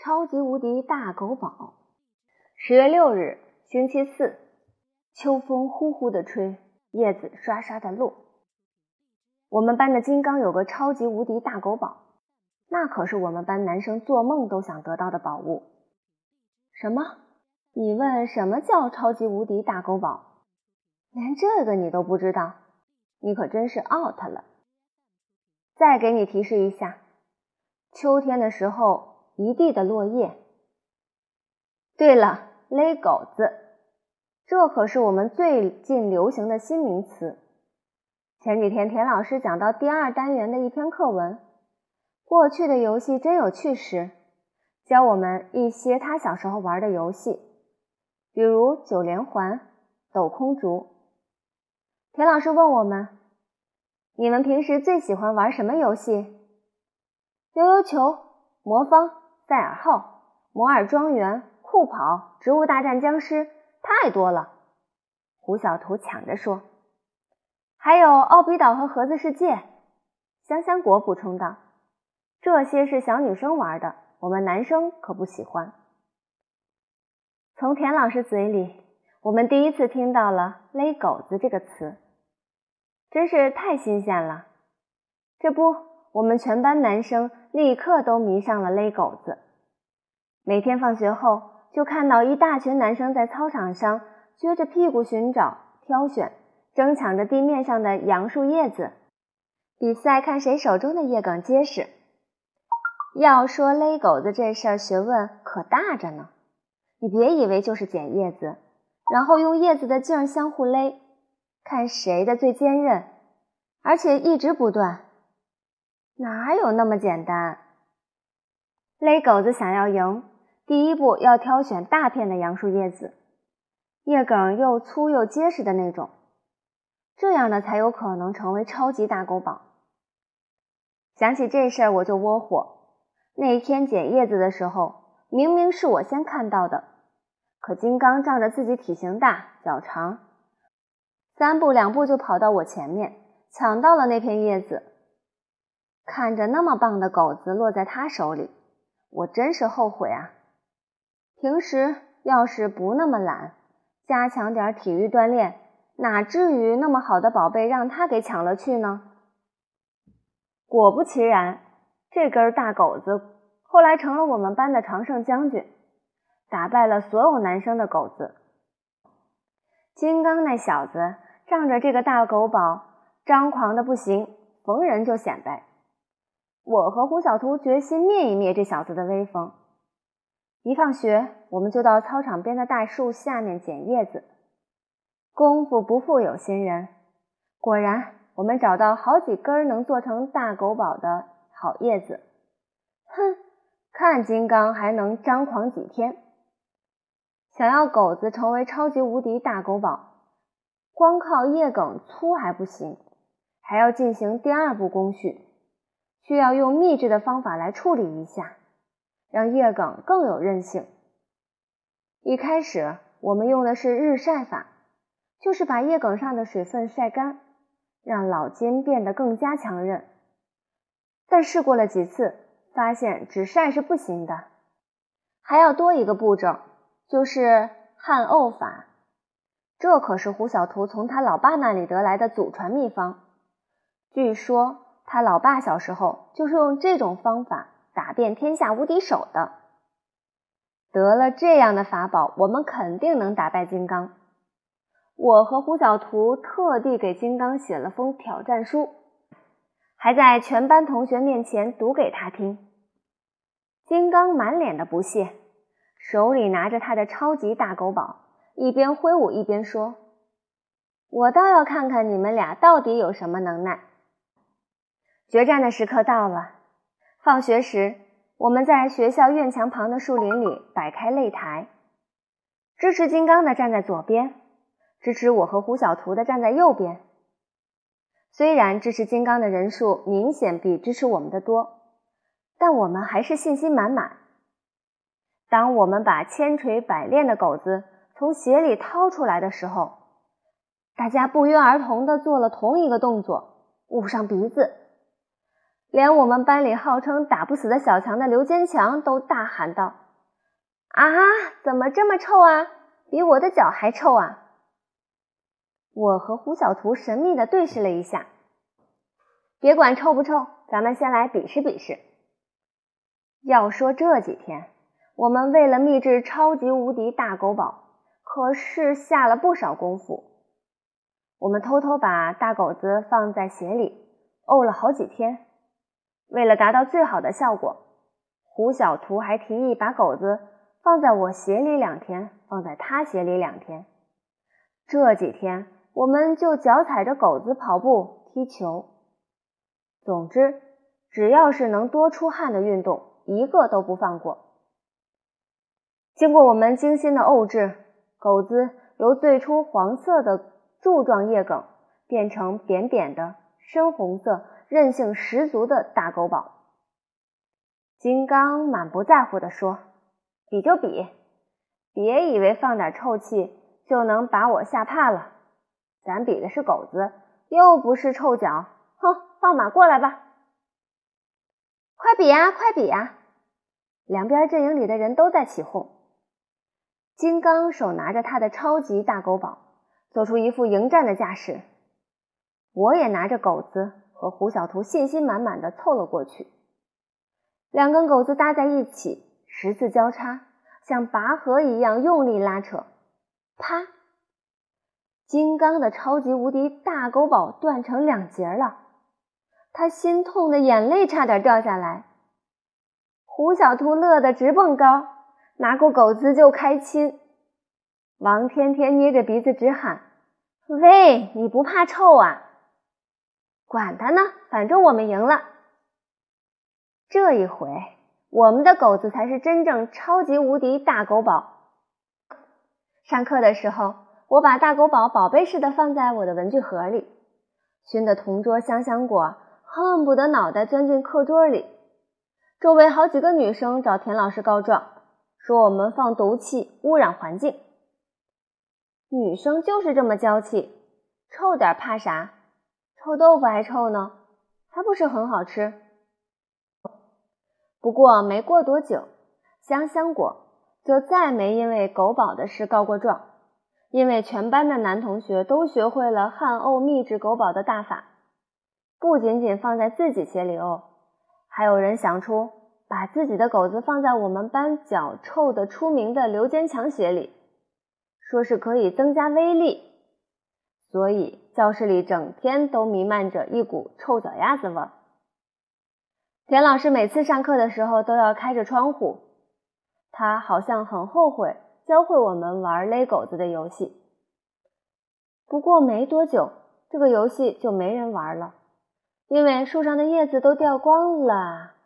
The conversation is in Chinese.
超级无敌大狗堡。10月6日，星期四，秋风呼呼地吹，叶子刷刷地落。我们班的金刚有个超级无敌大狗堡，那可是我们班男生做梦都想得到的宝物。什么？你问什么叫超级无敌大狗堡？连这个你都不知道，你可真是 out 了。再给你提示一下，秋天的时候一地的落叶。对了，勒狗子，这可是我们最近流行的新名词。前几天田老师讲到第2单元的一篇课文，过去的游戏真有趣时，教我们一些他小时候玩的游戏，比如9连环、抖空竹。田老师问我们，你们平时最喜欢玩什么游戏？悠悠球、魔方、赛尔号、摩尔庄园、酷跑、植物大战僵尸，太多了。胡小图抢着说。还有奥比岛和盒子世界，香香果补充道，这些是小女生玩的，我们男生可不喜欢。从田老师嘴里，我们第一次听到了勒狗子这个词，真是太新鲜了。这不，我们全班男生立刻都迷上了勒狗子。每天放学后，就看到一大群男生在操场上撅着屁股寻找、挑选，争抢着地面上的杨树叶子，比赛看谁手中的叶梗结实。要说勒狗子这事儿学问可大着呢，你别以为就是捡叶子，然后用叶子的劲儿相互勒，看谁的最坚韧，而且一直不断，哪有那么简单？勒狗子想要赢，第一步要挑选大片的杨树叶子，叶梗又粗又结实的那种，这样的才有可能成为超级大狗堡。想起这事儿我就窝火，那一天捡叶子的时候，明明是我先看到的，可金刚仗着自己体型大、脚长，3步2步就跑到我前面，抢到了那片叶子。看着那么棒的狗子落在他手里，我真是后悔啊！平时要是不那么懒，加强点体育锻炼，哪至于那么好的宝贝让他给抢了去呢？果不其然，这根大狗子后来成了我们班的常胜将军，打败了所有男生的狗子。金刚那小子仗着这个大狗堡张狂的不行，逢人就显摆。我和胡小图决心灭一灭这小子的威风。一放学，我们就到操场边的大树下面捡叶子。功夫不负有心人，果然我们找到好几根能做成大狗堡的好叶子。哼，看金刚还能张狂几天。想要狗子成为超级无敌大狗堡，光靠叶梗粗还不行，还要进行第2步工序，需要用秘制的方法来处理一下，让叶梗更有韧性。一开始我们用的是日晒法，就是把叶梗上的水分晒干，让老筋变得更加强韧。但试过了几次，发现只晒是不行的，还要多一个步骤，就是焊沤法。这可是胡小图从他老爸那里得来的祖传秘方，据说他老爸小时候就是用这种方法打遍天下无敌手的。得了这样的法宝，我们肯定能打败金刚。我和胡小图特地给金刚写了封挑战书，还在全班同学面前读给他听。金刚满脸的不屑，手里拿着他的超级大狗堡，一边挥舞一边说，我倒要看看你们俩到底有什么能耐。决战的时刻到了，放学时我们在学校院墙旁的树林里摆开擂台，支持金刚的站在左边，支持我和胡小图的站在右边。虽然支持金刚的人数明显比支持我们的多，但我们还是信心满满。当我们把千锤百炼的狗子从鞋里掏出来的时候，大家不约而同地做了同一个动作，捂上鼻子。 连我们班里号称打不死的小强的刘坚强都大喊道：啊，怎么这么臭啊，比我的脚还臭啊！我和胡小图神秘地对视了一下，别管臭不臭，咱们先来比试比试。要说这几天我们为了秘制超级无敌大狗堡可是下了不少功夫。我们偷偷把大狗子放在鞋里沤了好几天，为了达到最好的效果，胡小图还提议把狗子放在我鞋里2天，放在他鞋里2天。这几天我们就脚踩着狗子跑步踢球，总之只要是能多出汗的运动一个都不放过。经过我们精心的沤制，狗子由最初黄色的柱状叶梗变成扁扁的深红色韧性十足的大狗堡。金刚满不在乎地说：比就比，别以为放点臭气就能把我吓怕了，咱比的是狗子，又不是臭脚，哼，放马过来吧！快比呀，快比呀！两边阵营里的人都在起哄。金刚手拿着他的超级大狗堡，做出一副迎战的架势。我也拿着狗子和胡小图信心满满地凑了过去。2根狗子搭在一起，十字交叉，像拔河一样用力拉扯。啪！金刚的超级无敌大狗堡断成2截了，他心痛的眼泪差点掉下来。胡小图乐得直蹦高，拿过狗子就开亲。王天天捏着鼻子直喊：喂，你不怕臭啊？管他呢，反正我们赢了。这一回我们的狗子才是真正超级无敌大狗堡。上课的时候，我把大狗堡宝贝似的放在我的文具盒里，熏得同桌香香果恨不得脑袋钻进课桌里。周围好几个女生找田老师告状，说我们放毒气污染环境。女生就是这么娇气，臭点怕啥？臭豆腐还臭呢，还不是很好吃。不过没过多久，香香果就再没因为狗堡的事告过状，因为全班的男同学都学会了汗沤秘制狗堡的大法，不仅仅放在自己鞋里沤，还有人想出把自己的狗子放在我们班脚臭的出名的刘坚强鞋里，说是可以增加威力，所以教室里整天都弥漫着一股臭脚丫子味儿。田老师每次上课的时候都要开着窗户，他好像很后悔教会我们玩勒狗子的游戏。不过没多久，这个游戏就没人玩了，因为树上的叶子都掉光了。